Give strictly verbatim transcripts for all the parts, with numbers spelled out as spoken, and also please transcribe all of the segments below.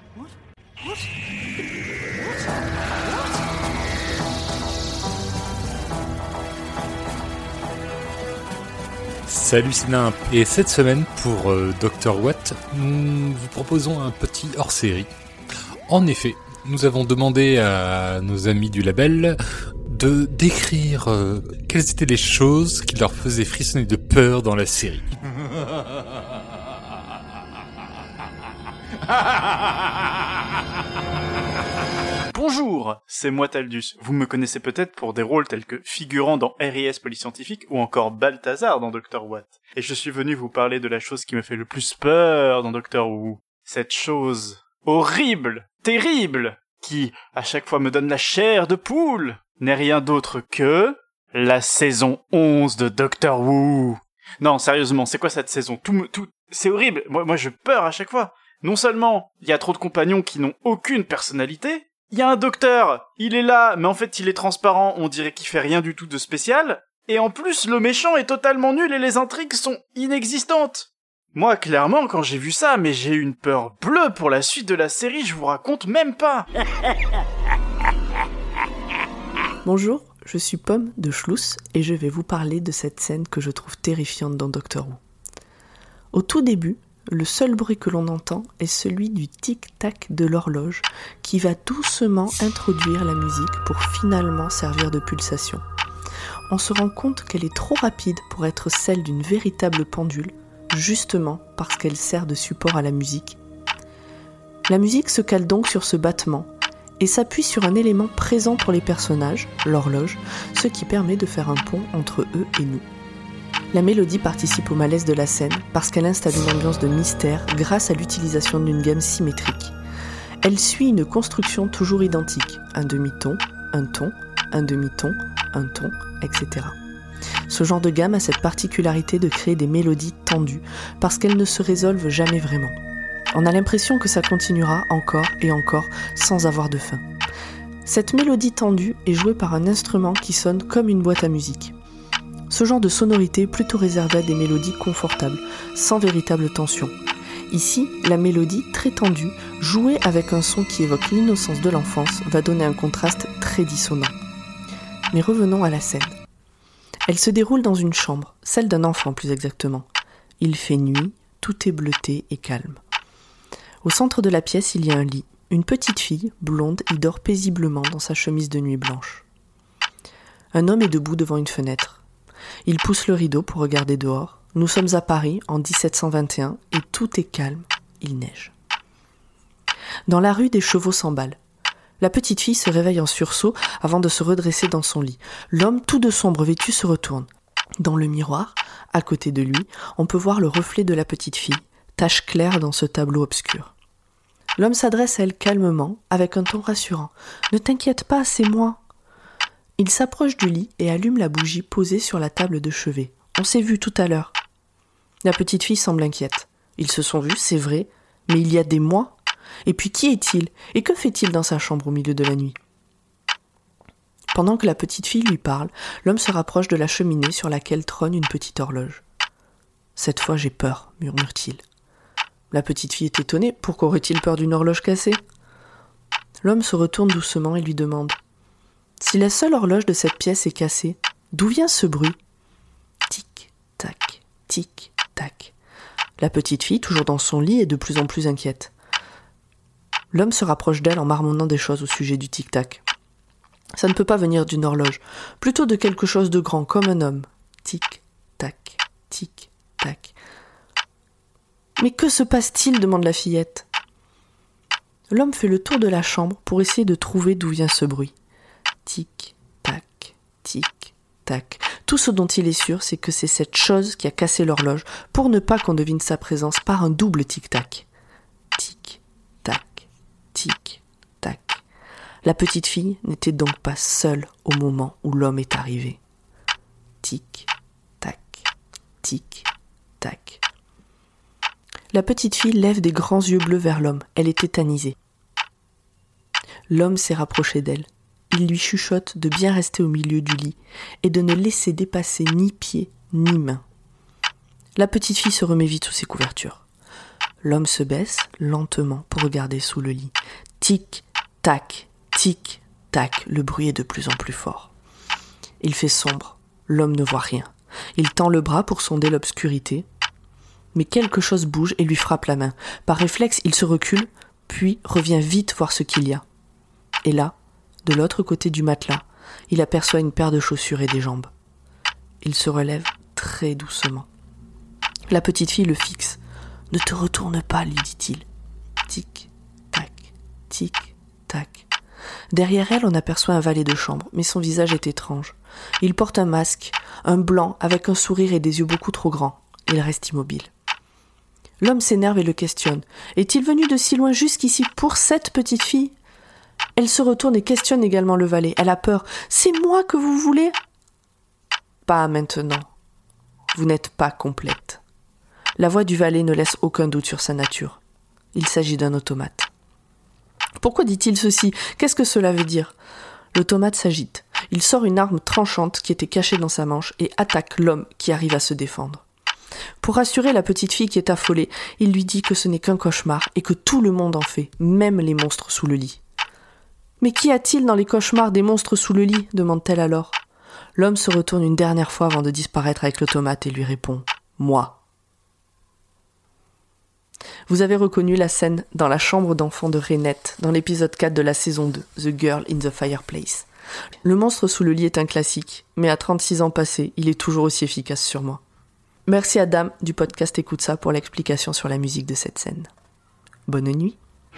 Salut, c'est Nimp. Et cette semaine, pour euh, docteur Watt, nous vous proposons un petit hors-série. En effet, nous avons demandé à nos amis du label de décrire euh, quelles étaient les choses qui leur faisaient frissonner de peur dans la série. Bonjour, c'est moi Taldus. Vous me connaissez peut-être pour des rôles tels que figurant dans R I S Police Scientifique ou encore Balthazar dans docteur Watt. Et je suis venu vous parler de la chose qui me fait le plus peur dans docteur Who. Cette chose horrible, terrible, qui, à chaque fois me donne la chair de poule, n'est rien d'autre que la saison onze de docteur Who. Non, sérieusement, c'est quoi cette saison? Tout me, tout, c'est horrible. Moi, moi, je peur à chaque fois. Non seulement, il y a trop de compagnons qui n'ont aucune personnalité, il y a un docteur, il est là, mais en fait il est transparent, on dirait qu'il fait rien du tout de spécial, et en plus le méchant est totalement nul et les intrigues sont inexistantes. Moi, clairement, quand j'ai vu ça, mais j'ai eu une peur bleue pour la suite de la série, je vous raconte même pas. Bonjour, je suis Pomme de Schluss et je vais vous parler de cette scène que je trouve terrifiante dans docteur Who. Au tout début, le seul bruit que l'on entend est celui du tic-tac de l'horloge qui va doucement introduire la musique pour finalement servir de pulsation. On se rend compte qu'elle est trop rapide pour être celle d'une véritable pendule, justement parce qu'elle sert de support à la musique. La musique se cale donc sur ce battement et s'appuie sur un élément présent pour les personnages, l'horloge, ce qui permet de faire un pont entre eux et nous. La mélodie participe au malaise de la scène parce qu'elle installe une ambiance de mystère grâce à l'utilisation d'une gamme symétrique. Elle suit une construction toujours identique, un demi-ton, un ton, un demi-ton, un ton, et cetera. Ce genre de gamme a cette particularité de créer des mélodies tendues parce qu'elles ne se résolvent jamais vraiment. On a l'impression que ça continuera encore et encore sans avoir de fin. Cette mélodie tendue est jouée par un instrument qui sonne comme une boîte à musique. Ce genre de sonorité est plutôt réservé à des mélodies confortables, sans véritable tension. Ici, la mélodie très tendue, jouée avec un son qui évoque l'innocence de l'enfance, va donner un contraste très dissonant. Mais revenons à la scène. Elle se déroule dans une chambre, celle d'un enfant plus exactement. Il fait nuit, tout est bleuté et calme. Au centre de la pièce, il y a un lit. Une petite fille, blonde, y dort paisiblement dans sa chemise de nuit blanche. Un homme est debout devant une fenêtre. Il pousse le rideau pour regarder dehors. Nous sommes à Paris en dix-sept cent vingt et un et tout est calme, il neige. Dans la rue, des chevaux s'emballent. La petite fille se réveille en sursaut avant de se redresser dans son lit. L'homme, tout de sombre vêtu, se retourne. Dans le miroir, à côté de lui, on peut voir le reflet de la petite fille, tache claire dans ce tableau obscur. L'homme s'adresse à elle calmement, avec un ton rassurant. « Ne t'inquiète pas, c'est moi !» Il s'approche du lit et allume la bougie posée sur la table de chevet. On s'est vu tout à l'heure. La petite fille semble inquiète. Ils se sont vus, c'est vrai, mais il y a des mois. Et puis qui est-il? Et que fait-il dans sa chambre au milieu de la nuit? Pendant que la petite fille lui parle, l'homme se rapproche de la cheminée sur laquelle trône une petite horloge. « Cette fois j'ai peur, » murmure-t-il. La petite fille est étonnée. Pourquoi aurait-il peur d'une horloge cassée? L'homme se retourne doucement et lui demande: si la seule horloge de cette pièce est cassée, d'où vient ce bruit? Tic, tac, tic, tac. La petite fille, toujours dans son lit, est de plus en plus inquiète. L'homme se rapproche d'elle en marmonnant des choses au sujet du tic-tac. Ça ne peut pas venir d'une horloge, plutôt de quelque chose de grand, comme un homme. Tic, tac, tic, tac. Mais que se passe-t-il? Demande la fillette. L'homme fait le tour de la chambre pour essayer de trouver d'où vient ce bruit. Tic, tac, tic, tac. Tout ce dont il est sûr, c'est que c'est cette chose qui a cassé l'horloge pour ne pas qu'on devine sa présence par un double tic-tac. Tic, tac, tic, tac. La petite fille n'était donc pas seule au moment où l'homme est arrivé. Tic, tac, tic, tac. La petite fille lève des grands yeux bleus vers l'homme. Elle est tétanisée. L'homme s'est rapproché d'elle. Il lui chuchote de bien rester au milieu du lit et de ne laisser dépasser ni pieds ni mains. La petite fille se remet vite sous ses couvertures. L'homme se baisse lentement pour regarder sous le lit. Tic, tac, tic, tac, le bruit est de plus en plus fort. Il fait sombre, l'homme ne voit rien. Il tend le bras pour sonder l'obscurité, mais quelque chose bouge et lui frappe la main. Par réflexe, il se recule, puis revient vite voir ce qu'il y a. Et là, de l'autre côté du matelas, il aperçoit une paire de chaussures et des jambes. Il se relève très doucement. La petite fille le fixe. « Ne te retourne pas, lui dit-il. » Tic, tac, tic, tac. Derrière elle, on aperçoit un valet de chambre, mais son visage est étrange. Il porte un masque, un blanc, avec un sourire et des yeux beaucoup trop grands. Il reste immobile. L'homme s'énerve et le questionne. Est-il venu de si loin jusqu'ici pour cette petite fille ? Elle se retourne et questionne également le valet. Elle a peur. « C'est moi que vous voulez ?»« Pas maintenant. Vous n'êtes pas complète. » La voix du valet ne laisse aucun doute sur sa nature. Il s'agit d'un automate. Pourquoi dit-il ceci ? Qu'est-ce que cela veut dire ? L'automate s'agite. Il sort une arme tranchante qui était cachée dans sa manche et attaque l'homme qui arrive à se défendre. Pour rassurer la petite fille qui est affolée, il lui dit que ce n'est qu'un cauchemar et que tout le monde en fait, même les monstres sous le lit. « Mais qu'y a-t-il dans les cauchemars des monstres sous le lit ?» demande-t-elle alors. L'homme se retourne une dernière fois avant de disparaître avec l'automate et lui répond « Moi ». Vous avez reconnu la scène dans la chambre d'enfant de Raynette, dans l'épisode quatre de la saison deux, The Girl in the Fireplace. Le monstre sous le lit est un classique, mais à trente-six ans passés, il est toujours aussi efficace sur moi. Merci à Dame du podcast Écoute ça pour l'explication sur la musique de cette scène. Bonne nuit.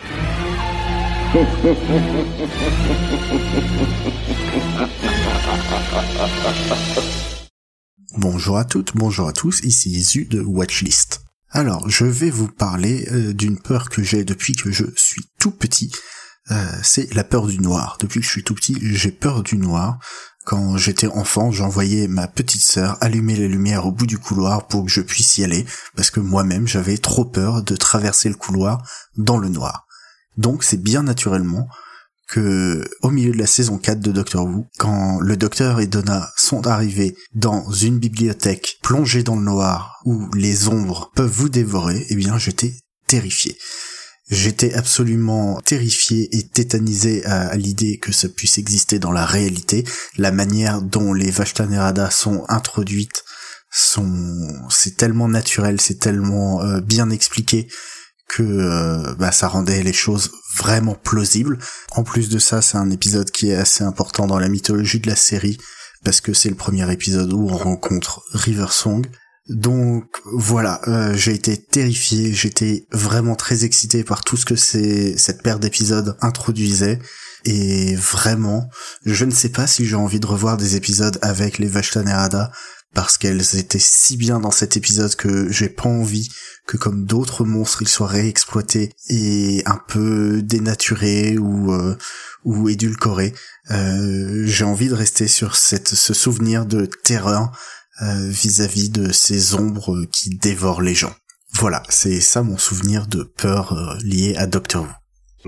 Bonjour à toutes, bonjour à tous, ici Isu de Watchlist. Alors, je vais vous parler euh, d'une peur que j'ai depuis que je suis tout petit. Euh, c'est la peur du noir. Depuis que je suis tout petit, j'ai peur du noir. Quand j'étais enfant, j'envoyais ma petite sœur allumer les lumières au bout du couloir pour que je puisse y aller, parce que moi-même, j'avais trop peur de traverser le couloir dans le noir. Donc, c'est bien naturellement que, au milieu de la saison quatre de Doctor Who, quand le docteur et Donna sont arrivés dans une bibliothèque plongée dans le noir où les ombres peuvent vous dévorer, eh bien, j'étais terrifié. J'étais absolument terrifié et tétanisé à, à l'idée que ça puisse exister dans la réalité. La manière dont les Vashta Nerada sont introduites sont, c'est tellement naturel, c'est tellement euh, bien expliqué que euh, bah, ça rendait les choses vraiment plausibles. En plus de ça, c'est un épisode qui est assez important dans la mythologie de la série, parce que c'est le premier épisode où on rencontre River Song. Donc voilà, euh, j'ai été terrifié, j'étais vraiment très excité par tout ce que c'est, cette paire d'épisodes introduisait, et vraiment, je ne sais pas si j'ai envie de revoir des épisodes avec les Vashta Nerada, parce qu'elles étaient si bien dans cet épisode que j'ai pas envie que comme d'autres monstres ils soient réexploités et un peu dénaturés ou euh, ou édulcorés. Euh, j'ai envie de rester sur cette ce souvenir de terreur euh, vis-à-vis de ces ombres qui dévorent les gens. Voilà, c'est ça mon souvenir de peur euh, lié à Doctor Who.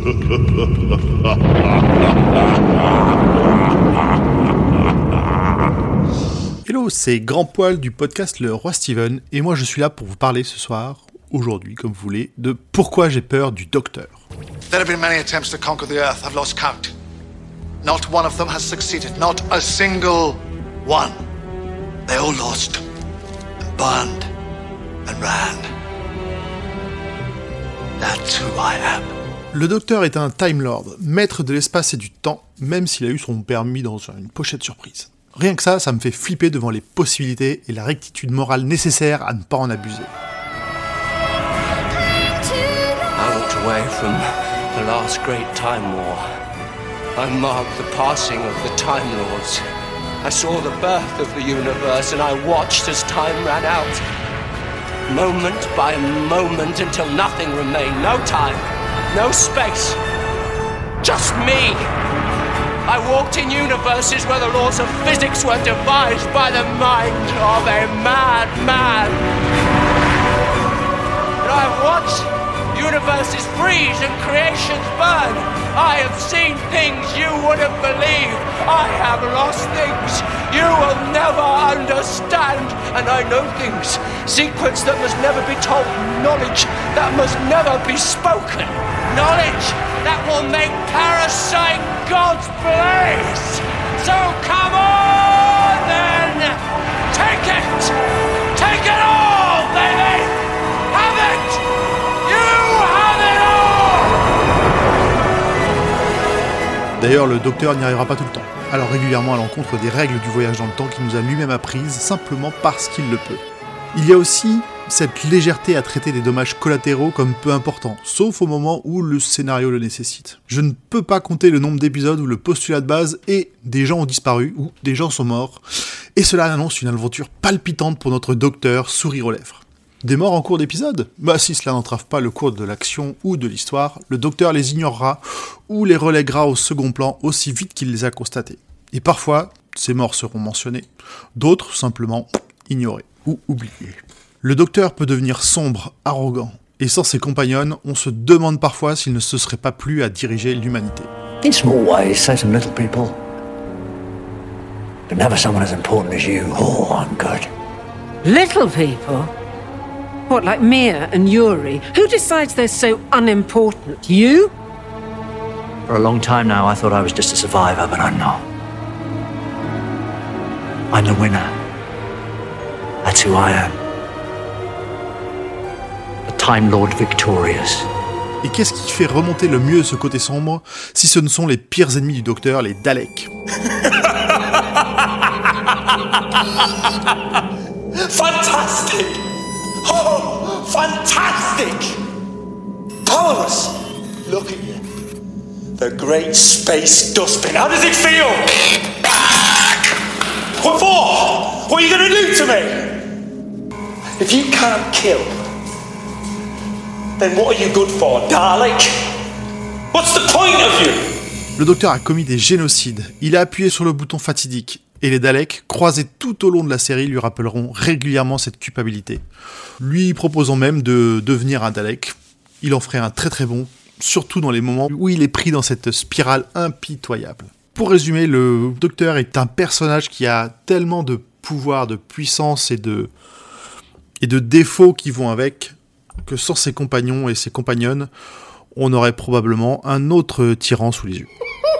Hello, c'est Grand Poil du podcast Le Roi Steven, et moi je suis là pour vous parler ce soir, aujourd'hui comme vous voulez, de pourquoi j'ai peur du Docteur. There have been many attempts to conquer the Earth, I've lost count. Not one of them has succeeded, not a single one. They all lost, and burned, and ran. That's who I am. Le Docteur est un Time Lord, maître de l'espace et du temps, même s'il a eu son permis dans une pochette surprise. Rien que ça, ça me fait flipper devant les possibilités et la rectitude morale nécessaire à ne pas en abuser. I looked away from the last great Time War. I marked the passing of the Time Lords. I saw the birth of the universe and I watched as time ran out. Moment by moment until nothing remained. No time, no space. Just me. I walked in universes where the laws of physics were devised by the mind of a mad man. And I watched universes freeze and creations burn. I have seen things you wouldn't believe. I have lost things you will never understand. And I know things, secrets that must never be told, knowledge that must never be spoken. Knowledge that will make parasite gods blaze. So come on then! Take it! Take it all, baby! Have it! You have it all! D'ailleurs, le docteur n'y arrivera pas tout le temps, alors régulièrement à l'encontre des règles du voyage dans le temps qu'il nous a lui-même apprises, simplement parce qu'il le peut. Il y a aussi cette légèreté à traiter des dommages collatéraux comme peu importants, sauf au moment où le scénario le nécessite. Je ne peux pas compter le nombre d'épisodes où le postulat de base est « des gens ont disparu » ou « des gens sont morts », et cela annonce une aventure palpitante pour notre docteur, sourire aux lèvres. Des morts en cours d'épisode ? Bah si cela n'entrave pas le cours de l'action ou de l'histoire, le docteur les ignorera ou les relèguera au second plan aussi vite qu'il les a constatés. Et parfois, ces morts seront mentionnées, d'autres simplement ignorées ou oubliées. Le docteur peut devenir sombre, arrogant, et sans ses compagnons, on se demande parfois s'il ne se serait pas plu à diriger l'humanité. In small ways, say some little people. But never someone as important as you. Oh, I'm good. Little people? What, like Mia and Yuri? Who decides they're so unimportant? You? For a long time now, I thought I was just a survivor, but I'm not. I'm the winner. That's who I am. A Time Lord victorious. Et qu'est-ce qui fait remonter le mieux ce côté sombre, si ce ne sont les pires ennemis du docteur, les Daleks? Fantastic! Oh, fantastic! Powerless! Look at you. The great space dustbin. How does it feel? What for? What are you going to do to me? If you can't kill, then what are you good for, Dalek? What's the point of you? Le docteur a commis des génocides, il a appuyé sur le bouton fatidique, et les Daleks, croisés tout au long de la série, lui rappelleront régulièrement cette culpabilité. Lui proposant même de devenir un Dalek, il en ferait un très très bon, surtout dans les moments où il est pris dans cette spirale impitoyable. Pour résumer, le docteur est un personnage qui a tellement de pouvoir, de puissance et de, et de défauts qui vont avec, que sans ses compagnons et ses compagnonnes, on aurait probablement un autre tyran sous les yeux.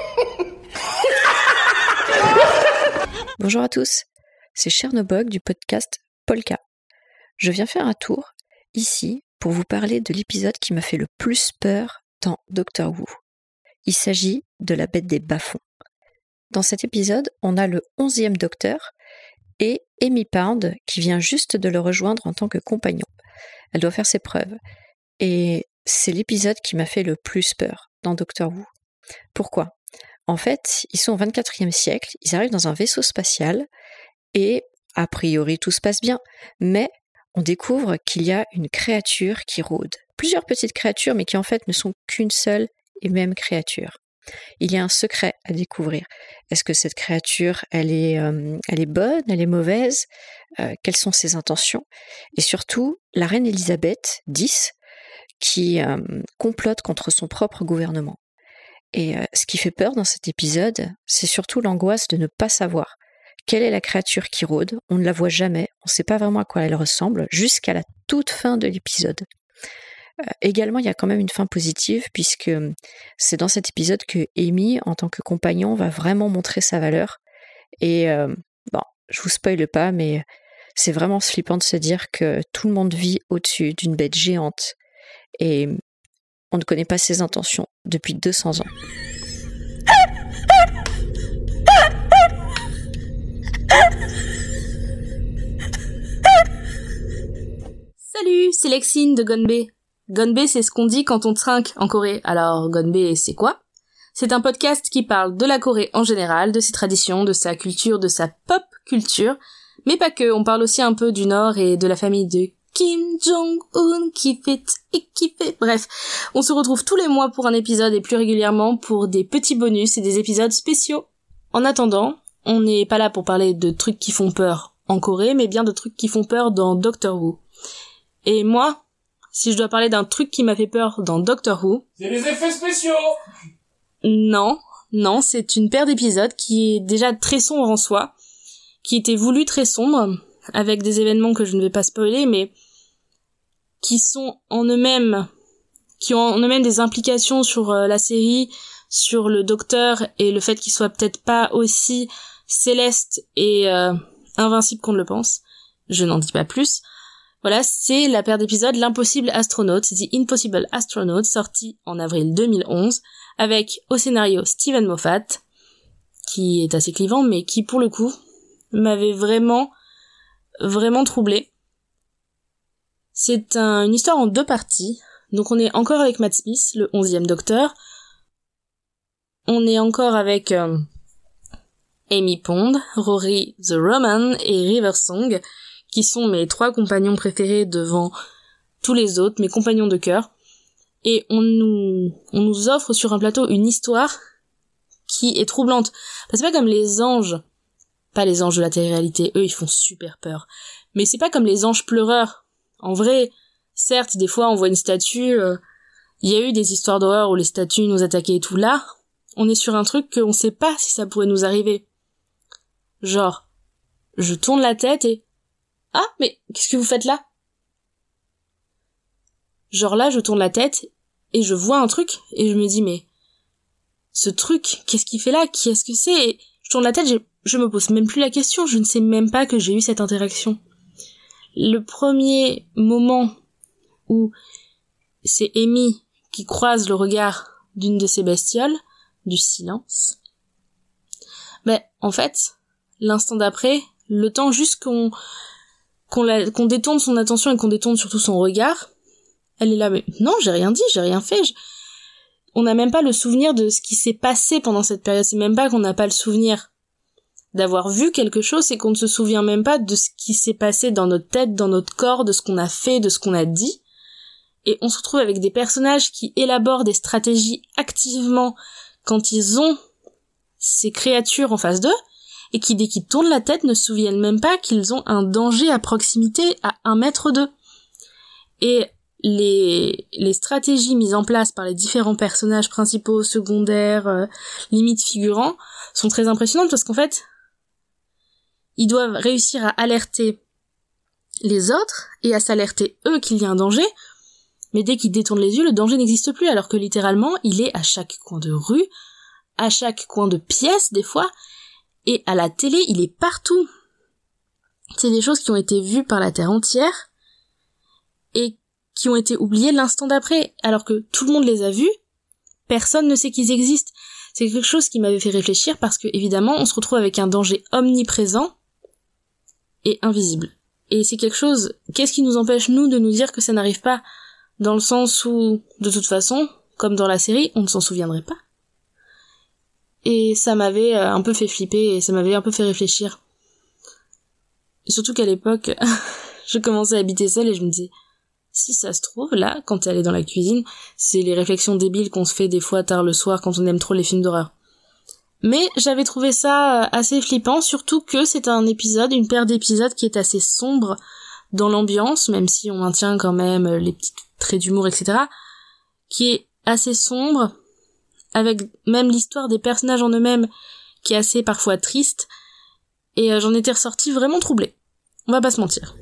Bonjour à tous, c'est Chernobog du podcast Polka. Je viens faire un tour, ici, pour vous parler de l'épisode qui m'a fait le plus peur dans Doctor Who. Il s'agit de la bête des bas-fonds. Dans cet épisode, on a le onzième docteur et Amy Pound qui vient juste de le rejoindre en tant que compagnon. Elle doit faire ses preuves. Et c'est l'épisode qui m'a fait le plus peur dans Doctor Who. Pourquoi ? En fait, ils sont au vingt-quatrième siècle, ils arrivent dans un vaisseau spatial et, a priori, tout se passe bien. Mais on découvre qu'il y a une créature qui rôde. Plusieurs petites créatures, mais qui en fait ne sont qu'une seule et même créature. Il y a un secret à découvrir. Est-ce que cette créature, elle est, euh, elle est bonne, elle est mauvaise ? euh, Quelles sont ses intentions ? Et surtout, la reine Elisabeth X, qui euh, complote contre son propre gouvernement. Et euh, ce qui fait peur dans cet épisode, c'est surtout l'angoisse de ne pas savoir quelle est la créature qui rôde. On ne la voit jamais, on ne sait pas vraiment à quoi elle ressemble, jusqu'à la toute fin de l'épisode. Euh, également, il y a quand même une fin positive, puisque c'est dans cet épisode que Amy, en tant que compagnon, va vraiment montrer sa valeur. Et euh, bon, je vous spoile pas, mais c'est vraiment flippant de se dire que tout le monde vit au-dessus d'une bête géante. Et on ne connaît pas ses intentions depuis deux cents ans. Salut, c'est Lexine de Gonbe. Gonbe, c'est ce qu'on dit quand on trinque en Corée. Alors, Gonbe, c'est quoi ? C'est un podcast qui parle de la Corée en général, de ses traditions, de sa culture, de sa pop culture, mais pas que, on parle aussi un peu du Nord et de la famille de Kim Jong-un qui fait et qui fait... Bref, on se retrouve tous les mois pour un épisode et plus régulièrement pour des petits bonus et des épisodes spéciaux. En attendant, on n'est pas là pour parler de trucs qui font peur en Corée, mais bien de trucs qui font peur dans Doctor Who. Et moi, si je dois parler d'un truc qui m'a fait peur dans Doctor Who... C'est les effets spéciaux. Non, non, c'est une paire d'épisodes qui est déjà très sombre en soi, qui était voulu très sombre, avec des événements que je ne vais pas spoiler, mais qui sont en eux-mêmes, qui ont en eux-mêmes des implications sur euh, la série, sur le Docteur et le fait qu'il soit peut-être pas aussi céleste et euh, invincible qu'on ne le pense. Je n'en dis pas plus. Voilà, c'est la paire d'épisodes L'Impossible Astronaute, c'est The Impossible Astronaute, sorti en avril deux mille onze, avec au scénario Steven Moffat, qui est assez clivant, mais qui pour le coup m'avait vraiment, vraiment troublé. C'est un, une histoire en deux parties. Donc on est encore avec Matt Smith, le onzième Docteur. On est encore avec euh, Amy Pond, Rory the Roman et River Song, qui sont mes trois compagnons préférés devant tous les autres, mes compagnons de cœur. Et on nous, on nous offre sur un plateau une histoire qui est troublante. Parce que c'est pas comme les anges, pas les anges de la télé-réalité, eux ils font super peur. Mais c'est pas comme les anges pleureurs. En vrai, certes, des fois on voit une statue, il euh, y a eu des histoires d'horreur où les statues nous attaquaient et tout. Là, on est sur un truc qu'on sait pas si ça pourrait nous arriver. Genre, je tourne la tête et... Ah, mais qu'est-ce que vous faites là? Genre là, je tourne la tête et je vois un truc et je me dis, mais ce truc, qu'est-ce qu'il fait là? Qui est-ce que c'est? Et je tourne la tête, je, je me pose même plus la question, je ne sais même pas que j'ai eu cette interaction. Le premier moment où c'est Amy qui croise le regard d'une de ces bestioles, du silence, ben en fait, l'instant d'après, le temps juste qu'on qu'on, la, qu'on détourne son attention et qu'on détourne surtout son regard, elle est là, mais non, j'ai rien dit, j'ai rien fait. Je... On n'a même pas le souvenir de ce qui s'est passé pendant cette période. C'est même pas qu'on n'a pas le souvenir d'avoir vu quelque chose, c'est qu'on ne se souvient même pas de ce qui s'est passé dans notre tête, dans notre corps, de ce qu'on a fait, de ce qu'on a dit. Et on se retrouve avec des personnages qui élaborent des stratégies activement quand ils ont ces créatures en face d'eux, et qui, dès qu'ils tournent la tête, ne se souviennent même pas qu'ils ont un danger à proximité à un mètre d'eux. Et les, les stratégies mises en place par les différents personnages principaux, secondaires, euh, limite figurants, sont très impressionnantes parce qu'en fait, ils doivent réussir à alerter les autres et à s'alerter eux qu'il y a un danger, mais dès qu'ils détournent les yeux, le danger n'existe plus, alors que littéralement, il est à chaque coin de rue, à chaque coin de pièce, des fois, et à la télé, il est partout. C'est des choses qui ont été vues par la Terre entière, et qui ont été oubliées l'instant d'après, alors que tout le monde les a vus, personne ne sait qu'ils existent. C'est quelque chose qui m'avait fait réfléchir, parce que, évidemment, on se retrouve avec un danger omniprésent et invisible. Et c'est quelque chose, qu'est-ce qui nous empêche, nous, de nous dire que ça n'arrive pas, dans le sens où, de toute façon, comme dans la série, on ne s'en souviendrait pas. Et ça m'avait un peu fait flipper, et ça m'avait un peu fait réfléchir. Et surtout qu'à l'époque, je commençais à habiter seule, et je me disais, si ça se trouve, là, quand elle est dans la cuisine, c'est les réflexions débiles qu'on se fait des fois tard le soir quand on aime trop les films d'horreur. Mais j'avais trouvé ça assez flippant, surtout que c'est un épisode, une paire d'épisodes qui est assez sombre dans l'ambiance, même si on maintient quand même les petits traits d'humour, et cetera, qui est assez sombre, avec même l'histoire des personnages en eux-mêmes, qui est assez parfois triste, et euh, j'en étais ressortie vraiment troublée. On va pas se mentir.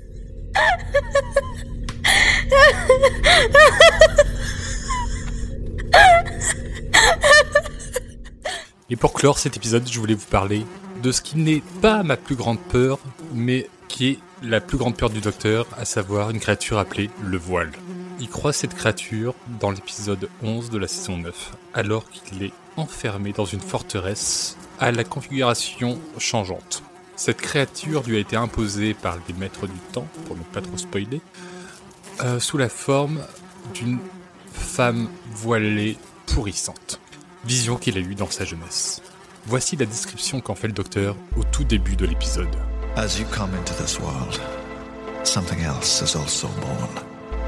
Et pour clore cet épisode, je voulais vous parler de ce qui n'est pas ma plus grande peur, mais qui est la plus grande peur du Docteur, à savoir une créature appelée le Voile. Il croise cette créature dans l'épisode onze de la saison neuf, alors qu'il est enfermé dans une forteresse à la configuration changeante. Cette créature lui a été imposée par les maîtres du temps, pour ne pas trop spoiler, euh, sous la forme d'une femme voilée pourrissante. Vision qu'il a eue dans sa jeunesse. Voici la description qu'en fait le Docteur au tout début de l'épisode. As you come into this world, something else is also born.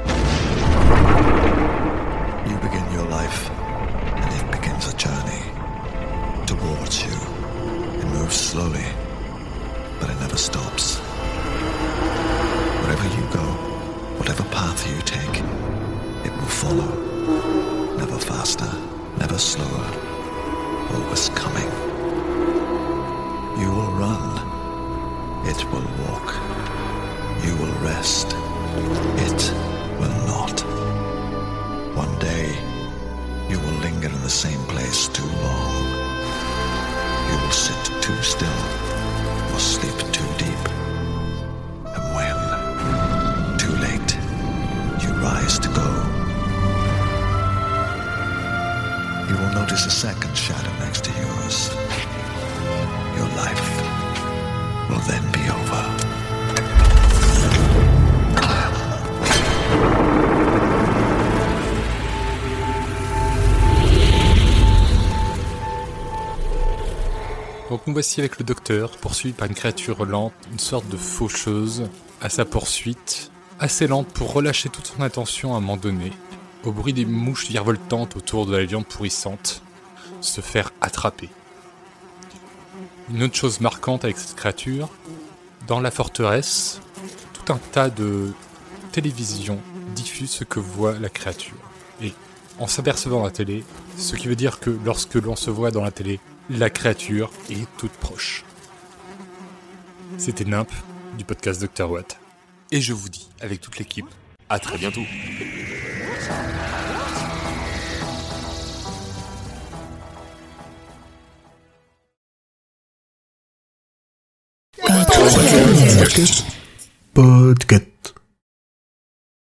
You begin your life, and it begins a journey towards you. It moves slowly, but it never stops. Wherever you go, whatever path you take, it will follow. Never faster, never slower, always coming. You will run, it will walk. You will rest, it will not. One day, you will linger in the same place too long. You will sit too still or sleep too deep. And when, too late, you rise to go, you will notice a second shadow next to yours. Your life will then be over. Donc nous voici avec le docteur, poursuivi par une créature lente, une sorte de faucheuse, à sa poursuite, assez lente pour relâcher toute son attention à un moment donné, au bruit des mouches virevoltantes autour de la viande pourrissante, se faire attraper. Une autre chose marquante avec cette créature, dans la forteresse, tout un tas de télévisions diffusent ce que voit la créature. Et en s'apercevant de la télé, ce qui veut dire que lorsque l'on se voit dans la télé, la créature est toute proche. C'était Nimp, du podcast docteur Watt. Et je vous dis, avec toute l'équipe, à très bientôt. Podcast. Podcast.